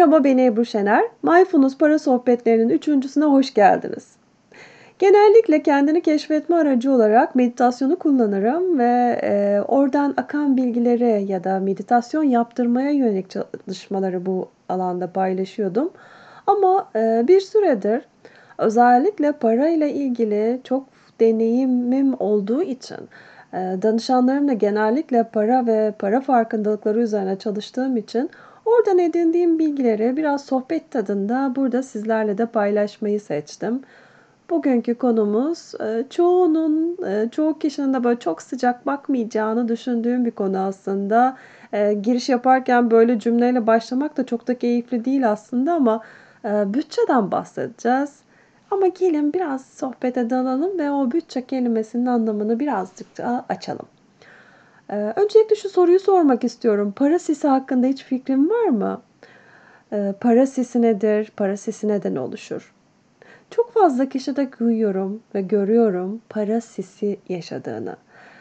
Merhaba, ben Ebru Şener. Mindfulness Para Sohbetlerinin üçüncüsüne hoş geldiniz. Genellikle kendini keşfetme aracı olarak meditasyonu kullanırım ve oradan akan bilgileri ya da meditasyon yaptırmaya yönelik çalışmaları bu alanda paylaşıyordum. Ama bir süredir özellikle parayla ilgili çok deneyimim olduğu için danışanlarımla genellikle para ve para farkındalıkları üzerine çalıştığım için oradan edindiğim bilgileri biraz sohbet tadında burada sizlerle de paylaşmayı seçtim. Bugünkü konumuz çoğu kişinin de böyle çok sıcak bakmayacağını düşündüğüm bir konu aslında. Giriş yaparken böyle cümleyle başlamak da çok da keyifli değil aslında ama bütçeden bahsedeceğiz. Ama gelin biraz sohbete dalalım ve o bütçe kelimesinin anlamını birazcık daha açalım. Öncelikle şu soruyu sormak istiyorum. Para sisi hakkında hiç fikrin var mı? Para sisi nedir? Para sisi neden oluşur? Çok fazla kişide duyuyorum ve görüyorum para sisi yaşadığını.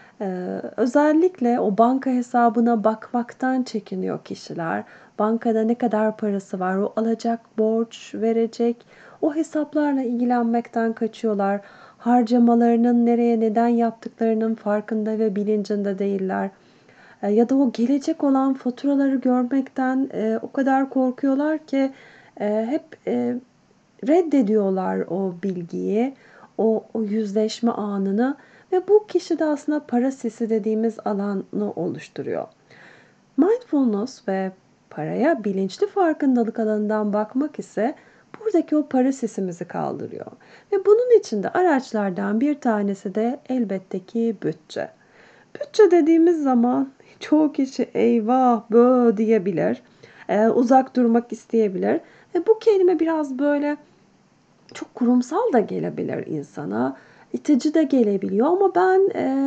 Özellikle o banka hesabına bakmaktan çekiniyor kişiler. Bankada ne kadar parası var, o alacak, borç verecek, o hesaplarla ilgilenmekten kaçıyorlar. Harcamalarının nereye neden yaptıklarının farkında ve bilincinde değiller. Ya da o gelecek olan faturaları görmekten o kadar korkuyorlar ki hep reddediyorlar o bilgiyi, o yüzleşme anını ve bu kişi de aslında para sisi dediğimiz alanı oluşturuyor. Mindfulness ve paraya bilinçli farkındalık alanından bakmak ise buradaki o para sisimizi kaldırıyor. Ve bunun için de araçlardan bir tanesi de elbette ki bütçe. Bütçe dediğimiz zaman çoğu kişi eyvah bö diyebilir, uzak durmak isteyebilir. Ve bu kelime biraz böyle çok kurumsal da gelebilir insana, itici de gelebiliyor ama ben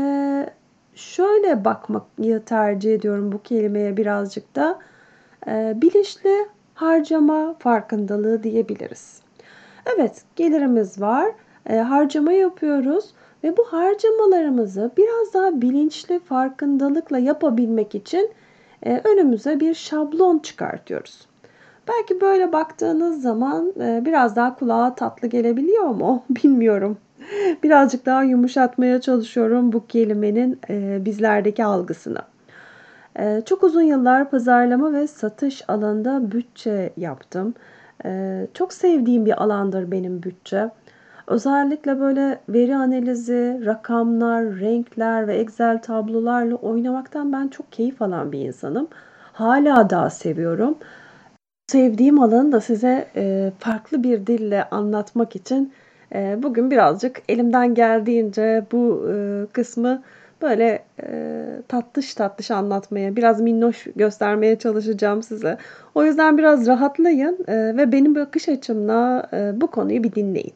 şöyle bakmayı tercih ediyorum bu kelimeye birazcık da bilinçli harcama farkındalığı diyebiliriz. Evet, gelirimiz var, harcama yapıyoruz ve bu harcamalarımızı biraz daha bilinçli farkındalıkla yapabilmek için önümüze bir şablon çıkartıyoruz. Belki böyle baktığınız zaman biraz daha kulağa tatlı gelebiliyor mu? Bilmiyorum. Birazcık daha yumuşatmaya çalışıyorum bu kelimenin bizlerdeki algısını. Çok uzun yıllar pazarlama ve satış alanında bütçe yaptım. Çok sevdiğim bir alandır benim bütçe. Özellikle böyle veri analizi, rakamlar, renkler ve Excel tablolarla oynamaktan ben çok keyif alan bir insanım. Hala daha seviyorum. Sevdiğim alanı da size farklı bir dille anlatmak için bugün birazcık elimden geldiğince bu kısmı böyle tatlış tatlış anlatmaya, biraz minnoş göstermeye çalışacağım size. O yüzden biraz rahatlayın ve benim bakış açımla bu konuyu bir dinleyin.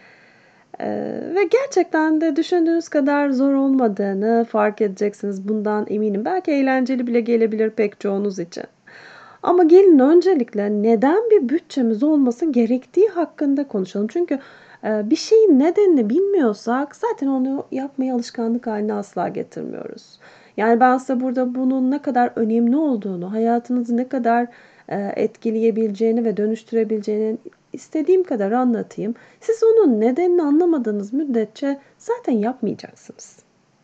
Ve gerçekten de düşündüğünüz kadar zor olmadığını fark edeceksiniz. Bundan eminim. Belki eğlenceli bile gelebilir pek çoğunuz için. Ama gelin öncelikle neden bir bütçemiz olması gerektiği hakkında konuşalım. Çünkü bir şeyin nedenini bilmiyorsak zaten onu yapmayı alışkanlık haline asla getirmiyoruz. Yani ben size burada bunun ne kadar önemli olduğunu, hayatınızı ne kadar etkileyebileceğini ve dönüştürebileceğini istediğim kadar anlatayım. Siz onun nedenini anlamadığınız müddetçe zaten yapmayacaksınız.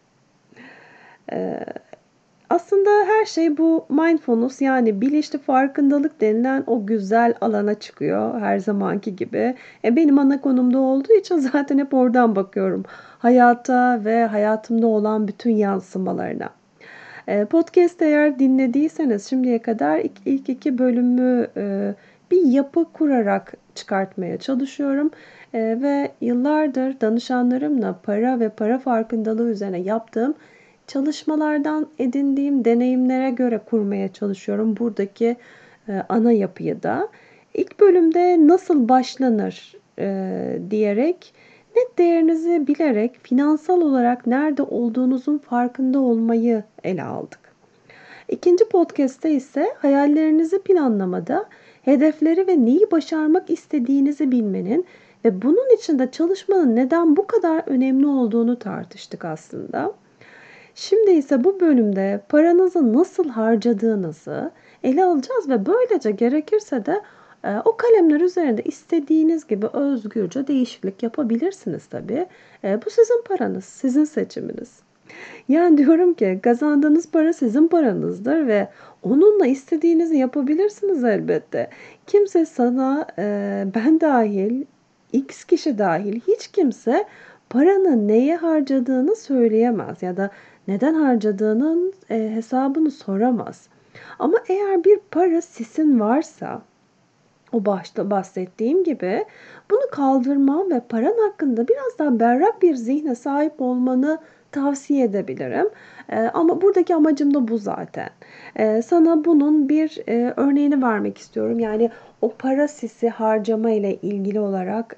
E, Aslında her şey bu mindfulness yani bilinçli farkındalık denilen o güzel alana çıkıyor her zamanki gibi. Benim ana konumda olduğu için zaten hep oradan bakıyorum. Hayata ve hayatımda olan bütün yansımalarına. Podcast eğer dinlediyseniz şimdiye kadar ilk iki bölümü bir yapı kurarak çıkartmaya çalışıyorum. Ve yıllardır danışanlarımla para ve para farkındalığı üzerine yaptığım çalışmalardan edindiğim deneyimlere göre kurmaya çalışıyorum buradaki ana yapıyı da. İlk bölümde nasıl başlanır diyerek net değerinizi bilerek finansal olarak nerede olduğunuzun farkında olmayı ele aldık. İkinci podcast'te ise hayallerinizi planlamada hedefleri ve neyi başarmak istediğinizi bilmenin ve bunun için de çalışmanın neden bu kadar önemli olduğunu tartıştık aslında. Şimdi ise bu bölümde paranızı nasıl harcadığınızı ele alacağız ve böylece gerekirse de O kalemler üzerinde istediğiniz gibi özgürce değişiklik yapabilirsiniz tabii. Bu sizin paranız, sizin seçiminiz. Yani diyorum ki kazandığınız para sizin paranızdır ve onunla istediğinizi yapabilirsiniz elbette. Kimse sana, ben dahil, X kişi dahil hiç kimse paranı neye harcadığını söyleyemez ya da neden harcadığının hesabını soramaz. Ama eğer bir para sisin varsa, o başta bahsettiğim gibi bunu kaldırman ve paran hakkında biraz daha berrak bir zihne sahip olmanı tavsiye edebilirim. Ama buradaki amacım da bu zaten. Sana bunun bir örneğini vermek istiyorum. Yani o para sisi harcama ile ilgili olarak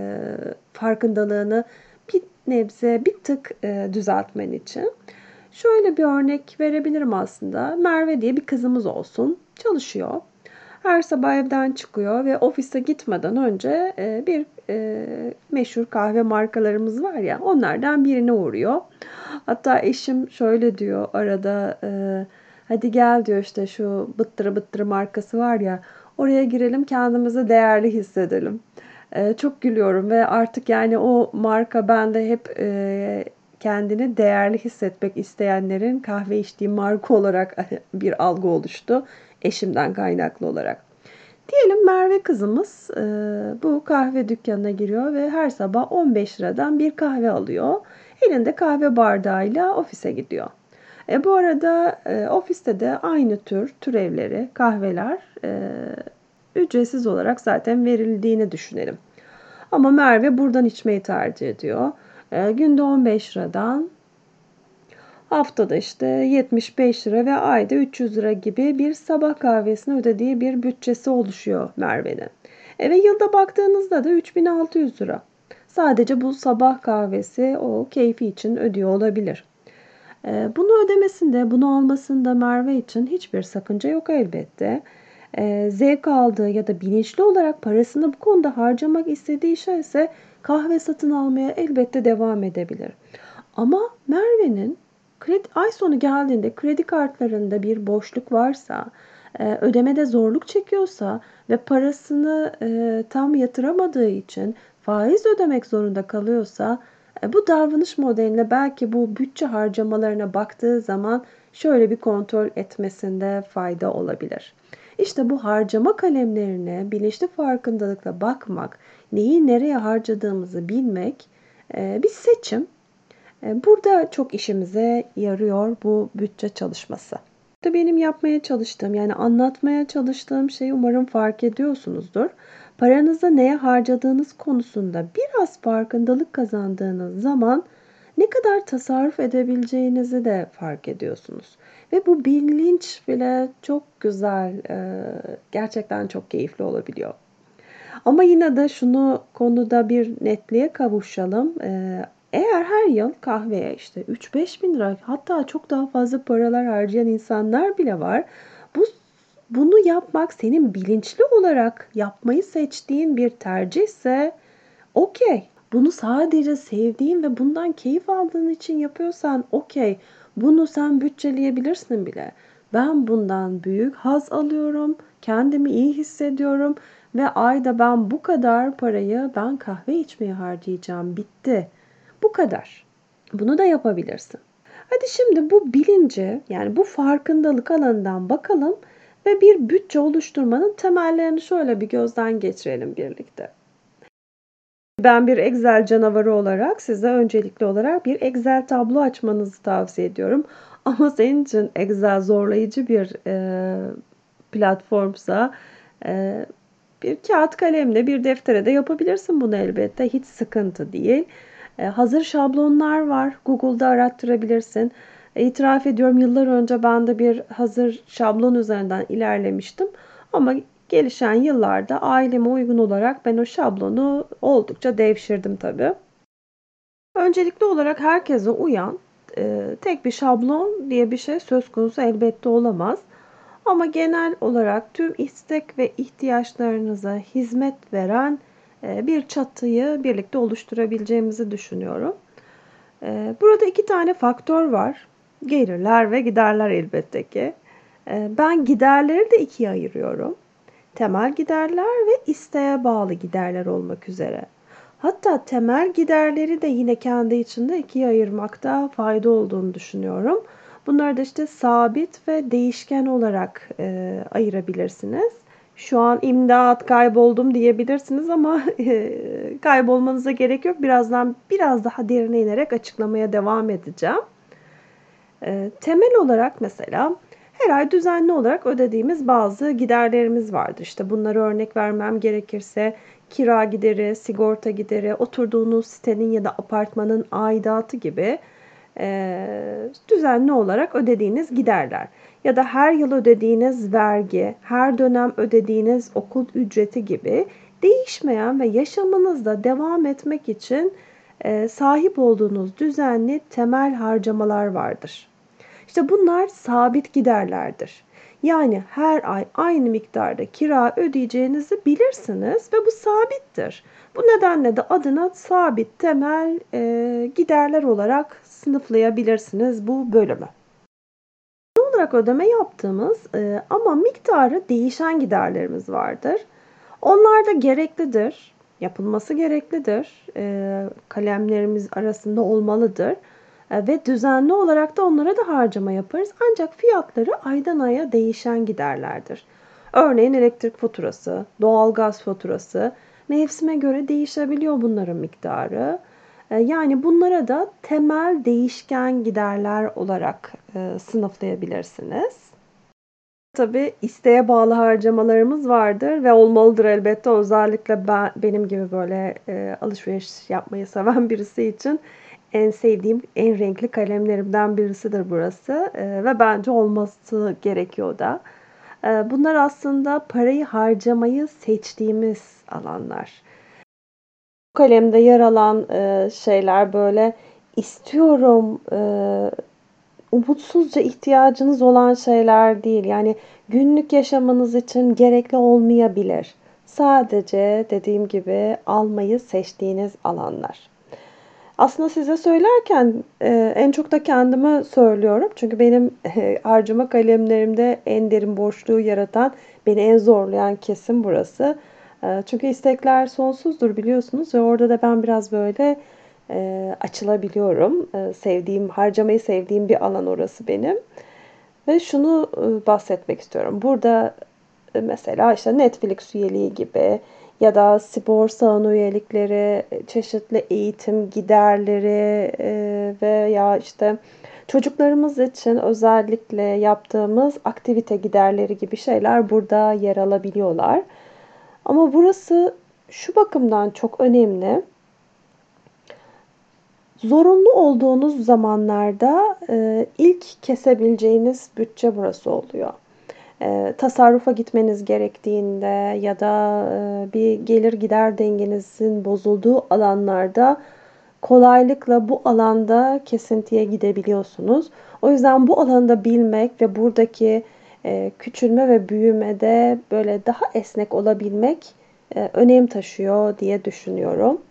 farkındalığını bir nebze, bir tık düzeltmen için. Şöyle bir örnek verebilirim aslında. Merve diye bir kızımız olsun. Çalışıyor. Her sabah evden çıkıyor ve ofise gitmeden önce bir meşhur kahve markalarımız var ya, onlardan birine uğruyor. Hatta eşim şöyle diyor arada, hadi gel diyor, işte şu bıttırı bıttırı markası var ya, oraya girelim, kendimizi değerli hissedelim. Çok gülüyorum ve artık yani o marka bende hep kendini değerli hissetmek isteyenlerin kahve içtiği marka olarak bir algı oluştu. Eşimden kaynaklı olarak. Diyelim Merve kızımız bu kahve dükkanına giriyor ve her sabah 15 liradan bir kahve alıyor. Elinde kahve bardağıyla ofise gidiyor. Bu arada ofiste de aynı tür türevleri, kahveler ücretsiz olarak zaten verildiğini düşünelim. Ama Merve buradan içmeyi tercih ediyor. Günde 15 liradan haftada işte 75 lira ve ayda 300 lira gibi bir sabah kahvesine ödediği bir bütçesi oluşuyor Merve'nin. Ve yılda baktığınızda da 3600 lira. Sadece bu sabah kahvesi o keyfi için ödüyor olabilir. Bunu ödemesinde, bunu almasında Merve için hiçbir sakınca yok elbette. Zevk aldığı ya da bilinçli olarak parasını bu konuda harcamak istediği şey ise kahve satın almaya elbette devam edebilir. Ama Merve'nin ay sonu geldiğinde kredi kartlarında bir boşluk varsa, ödemede zorluk çekiyorsa ve parasını tam yatıramadığı için faiz ödemek zorunda kalıyorsa, bu davranış modeline belki bu bütçe harcamalarına baktığı zaman şöyle bir kontrol etmesinde fayda olabilir. İşte bu harcama kalemlerine bilinçli farkındalıkla bakmak, neyi nereye harcadığımızı bilmek bir seçim. Burada çok işimize yarıyor bu bütçe çalışması. Burada benim yapmaya çalıştığım, yani anlatmaya çalıştığım şeyi umarım fark ediyorsunuzdur. Paranızı neye harcadığınız konusunda biraz farkındalık kazandığınız zaman ne kadar tasarruf edebileceğinizi de fark ediyorsunuz. Ve bu bilinç bile çok güzel, gerçekten çok keyifli olabiliyor. Ama yine de şunu konuda bir netliğe kavuşalım. Eğer her yıl kahveye işte 3-5 bin lira, hatta çok daha fazla paralar harcayan insanlar bile var. Bu Bunu yapmak senin bilinçli olarak yapmayı seçtiğin bir tercihse okey. Bunu sadece sevdiğin ve bundan keyif aldığın için yapıyorsan okey. Bunu sen bütçeleyebilirsin bile. Ben bundan büyük haz alıyorum, kendimi iyi hissediyorum ve ayda ben bu kadar parayı ben kahve içmeye harcayacağım. Bitti. Bu kadar. Bunu da yapabilirsin. Hadi şimdi bu bilince, yani bu farkındalık alanından bakalım ve bir bütçe oluşturmanın temellerini şöyle bir gözden geçirelim birlikte. Ben bir Excel canavarı olarak size öncelikli olarak bir Excel tablo açmanızı tavsiye ediyorum. Ama senin için Excel zorlayıcı bir platformsa, e, bir kağıt kalemle bir deftere de yapabilirsin bunu elbette. Hiç sıkıntı değil. Hazır şablonlar var. Google'da arattırabilirsin. İtiraf ediyorum, yıllar önce ben de bir hazır şablon üzerinden ilerlemiştim. Ama gelişen yıllarda aileme uygun olarak ben o şablonu oldukça devşirdim tabii. Öncelikli olarak herkese uyan tek bir şablon diye bir şey söz konusu elbette olamaz. Ama genel olarak tüm istek ve ihtiyaçlarınıza hizmet veren bir çatıyı birlikte oluşturabileceğimizi düşünüyorum. Burada iki tane faktör var. Gelirler ve giderler elbette ki. Ben giderleri de ikiye ayırıyorum. temel giderler ve isteğe bağlı giderler olmak üzere. Hatta temel giderleri de yine kendi içinde ikiye ayırmakta fayda olduğunu düşünüyorum. Bunları da işte sabit ve değişken olarak ayırabilirsiniz. Şu an imdat kayboldum diyebilirsiniz ama kaybolmanıza gerek yok. Birazdan biraz daha derine inerek açıklamaya devam edeceğim. Temel olarak mesela her ay düzenli olarak ödediğimiz bazı giderlerimiz vardır. İşte bunları örnek vermem gerekirse kira gideri, sigorta gideri, oturduğunuz sitenin ya da apartmanın aidatı gibi düzenli olarak ödediğiniz giderler. Ya da her yıl ödediğiniz vergi, her dönem ödediğiniz okul ücreti gibi değişmeyen ve yaşamınızda devam etmek için sahip olduğunuz düzenli temel harcamalar vardır. İşte bunlar sabit giderlerdir. Yani her ay aynı miktarda kira ödeyeceğinizi bilirsiniz ve bu sabittir. Bu nedenle de adına sabit temel giderler olarak sınıflayabilirsiniz bu bölümü. Olarak ödeme yaptığımız ama miktarı değişen giderlerimiz vardır. Onlar da gereklidir, yapılması gereklidir, kalemlerimiz arasında olmalıdır ve düzenli olarak da onlara da harcama yaparız. Ancak fiyatları aydan aya değişen giderlerdir. Örneğin elektrik faturası, doğalgaz faturası mevsime göre değişebiliyor bunların miktarı. Yani bunlara da temel değişken giderler olarak sınıflayabilirsiniz. Tabii isteğe bağlı harcamalarımız vardır ve olmalıdır elbette. Özellikle benim gibi böyle alışveriş yapmayı seven birisi için en sevdiğim, en renkli kalemlerimden birisidir burası ve bence olması gerekiyor da. Bunlar aslında parayı harcamayı seçtiğimiz alanlar. Bu kalemde yer alan şeyler böyle istiyorum, umutsuzca ihtiyacınız olan şeyler değil. Yani günlük yaşamanız için gerekli olmayabilir. Sadece dediğim gibi almayı seçtiğiniz alanlar. Aslında size söylerken en çok da kendime söylüyorum. Çünkü benim harcama kalemlerimde en derin boşluğu yaratan, beni en zorlayan kesim burası. Çünkü istekler sonsuzdur biliyorsunuz ve orada da ben biraz böyle açılabiliyorum. Harcamayı sevdiğim bir alan orası benim. Ve şunu bahsetmek istiyorum. Burada mesela işte Netflix üyeliği gibi ya da spor salonu üyelikleri, çeşitli eğitim giderleri veya işte çocuklarımız için özellikle yaptığımız aktivite giderleri gibi şeyler burada yer alabiliyorlar. Ama burası şu bakımdan çok önemli. Zorunlu olduğunuz zamanlarda ilk kesebileceğiniz bütçe burası oluyor. Tasarrufa gitmeniz gerektiğinde ya da bir gelir gider dengenizin bozulduğu alanlarda kolaylıkla bu alanda kesintiye gidebiliyorsunuz. O yüzden bu alanda bilmek ve buradaki küçülme ve büyümede böyle daha esnek olabilmek önem taşıyor diye düşünüyorum.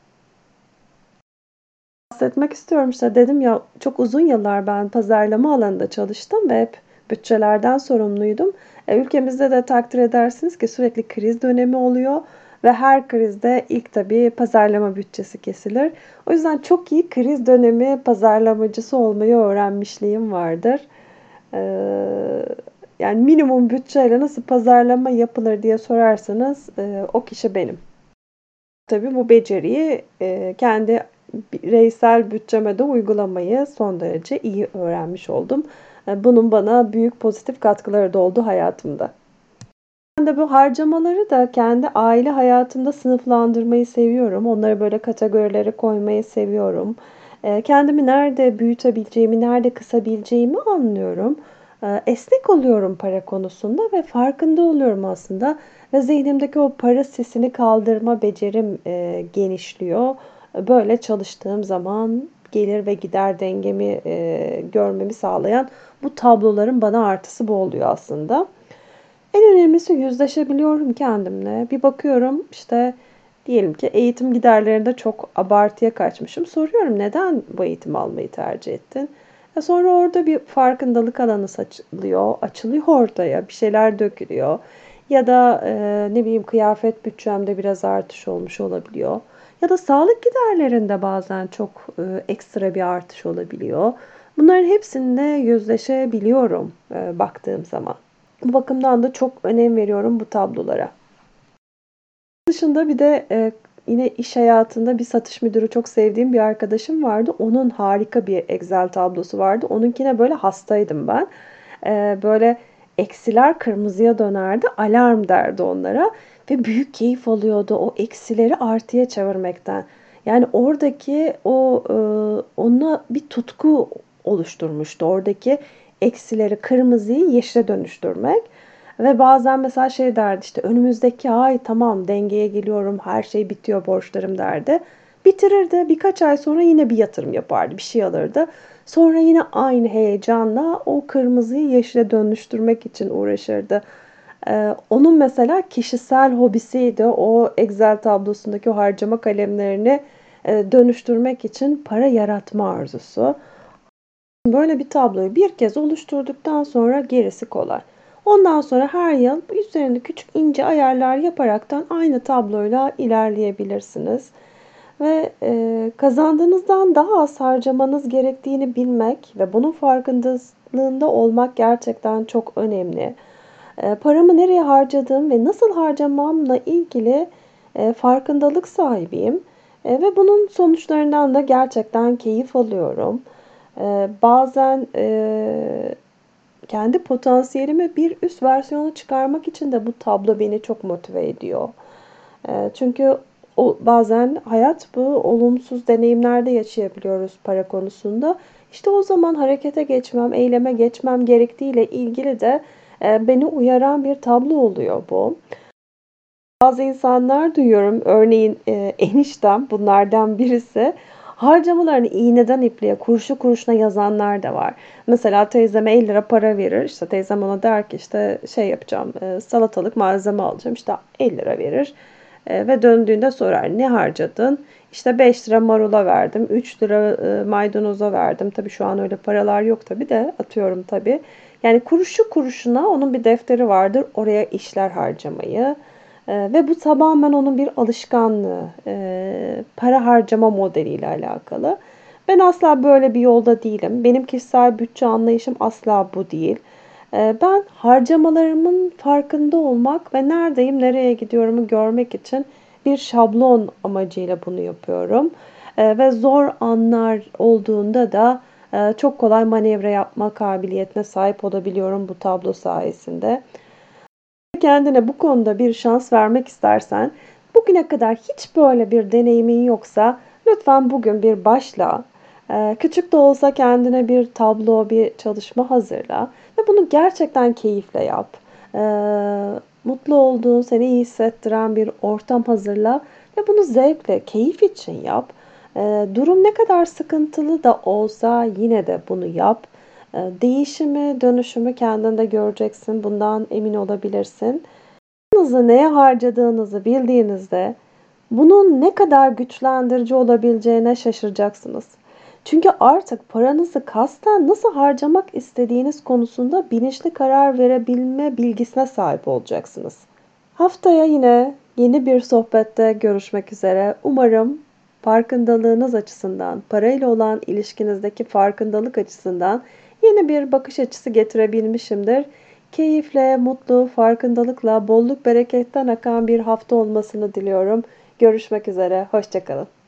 Bahsetmek istiyorum işte dedim ya çok uzun yıllar ben pazarlama alanında çalıştım ve hep bütçelerden sorumluydum. Ülkemizde de takdir edersiniz ki sürekli kriz dönemi oluyor ve her krizde ilk tabii pazarlama bütçesi kesilir. O yüzden çok iyi kriz dönemi pazarlamacısı olmayı öğrenmişliğim vardır. Ee, Yani minimum bütçeyle nasıl pazarlama yapılır diye sorarsanız o kişi benim. Tabii bu beceriyi kendi bireysel bütçeme de uygulamayı son derece iyi öğrenmiş oldum. Bunun bana büyük pozitif katkıları da oldu hayatımda. Ben de bu harcamaları da kendi aile hayatımda sınıflandırmayı seviyorum. Onları böyle kategorilere koymayı seviyorum. Kendimi nerede büyütebileceğimi, nerede kısabileceğimi anlıyorum. Esnek oluyorum para konusunda ve farkında oluyorum aslında. Ve zihnimdeki o para sesini kaldırma becerim genişliyor. Böyle çalıştığım zaman gelir ve gider dengemi görmemi sağlayan bu tabloların bana artısı bu oluyor aslında. En önemlisi yüzleşebiliyorum kendimle. Bir bakıyorum işte diyelim ki eğitim giderlerinde çok abartıya kaçmışım. Soruyorum neden bu eğitimi almayı tercih ettin? Sonra orada bir farkındalık alanı açılıyor ortaya. Bir şeyler dökülüyor. Ya da ne bileyim kıyafet bütçemde biraz artış olmuş olabiliyor. Ya da sağlık giderlerinde bazen çok ekstra bir artış olabiliyor. Bunların hepsinde yüzleşebiliyorum baktığım zaman. Bu bakımdan da çok önem veriyorum bu tablolara. Dışında bir de yine iş hayatında bir satış müdürü çok sevdiğim bir arkadaşım vardı. Onun harika bir Excel tablosu vardı. Onunkine böyle hastaydım ben. Böyle eksiler kırmızıya dönerdi. Alarm derdi onlara. Ve büyük keyif alıyordu o eksileri artıya çevirmekten. Yani oradaki ona bir tutku oluşturmuştu. Oradaki eksileri kırmızıyı yeşile dönüştürmek. Ve bazen mesela şey derdi işte önümüzdeki ay tamam dengeye geliyorum her şey bitiyor borçlarım derdi. Bitirirdi birkaç ay sonra yine bir yatırım yapardı bir şey alırdı. Sonra yine aynı heyecanla o kırmızıyı yeşile dönüştürmek için uğraşırdı. Onun mesela kişisel hobisiydi o Excel tablosundaki o harcama kalemlerini dönüştürmek için para yaratma arzusu. Böyle bir tabloyu bir kez oluşturduktan sonra gerisi kolay. Ondan sonra her yıl üzerinde küçük ince ayarlar yaparaktan aynı tabloyla ilerleyebilirsiniz. Ve kazandığınızdan daha az harcamanız gerektiğini bilmek ve bunun farkındalığında olmak gerçekten çok önemli. Paramı nereye harcadığım ve nasıl harcamamla ilgili farkındalık sahibiyim. Ve bunun sonuçlarından da gerçekten keyif alıyorum. Bazen kendi potansiyelimi bir üst versiyonu çıkarmak için de bu tablo beni çok motive ediyor. Çünkü bazen hayat bu olumsuz deneyimlerde yaşayabiliyoruz para konusunda. İşte o zaman harekete geçmem, eyleme geçmem gerektiğiyle ilgili de beni uyaran bir tablo oluyor bu. Bazı insanlar duyuyorum, örneğin eniştem bunlardan birisi harcamalarını iğneden ipliğe, kuruşu kuruşuna yazanlar da var. Mesela teyzeme 50 lira para verir, işte teyzem ona der ki işte şey yapacağım, salatalık malzeme alacağım, işte 50 lira verir. Ve döndüğünde sorar ne harcadın? İşte 5 lira marula verdim, 3 lira maydanoza verdim. Tabii şu an öyle paralar yok tabii de atıyorum tabii. Yani kuruşu kuruşuna onun bir defteri vardır, oraya işler harcamayı. Ve bu tamamen onun bir alışkanlığı, para harcama modeliyle alakalı. Ben asla böyle bir yolda değilim. Benim kişisel bütçe anlayışım asla bu değil. Ben harcamalarımın farkında olmak ve neredeyim, nereye gidiyorumu görmek için bir şablon amacıyla bunu yapıyorum. Ve zor anlar olduğunda da çok kolay manevra yapma kabiliyetine sahip olabiliyorum bu tablo sayesinde. Kendine bu konuda bir şans vermek istersen, bugüne kadar hiç böyle bir deneyimin yoksa lütfen bugün bir başla. Küçük de olsa kendine bir tablo, bir çalışma hazırla ve bunu gerçekten keyifle yap. Mutlu olduğun, seni iyi hissettiren bir ortam hazırla ve bunu zevkle, keyif için yap. Durum ne kadar sıkıntılı da olsa yine de bunu yap. Değişimi, dönüşümü kendinde göreceksin. Bundan emin olabilirsin. Paranızı neye harcadığınızı bildiğinizde bunun ne kadar güçlendirici olabileceğine şaşıracaksınız. Çünkü artık paranızı kasten nasıl harcamak istediğiniz konusunda bilinçli karar verebilme bilgisine sahip olacaksınız. Haftaya yine yeni bir sohbette görüşmek üzere. Umarım farkındalığınız açısından, parayla olan ilişkinizdeki farkındalık açısından yeni bir bakış açısı getirebilmişimdir. Keyifle, mutlu, farkındalıkla, bolluk bereketten akan bir hafta olmasını diliyorum. Görüşmek üzere, hoşça kalın.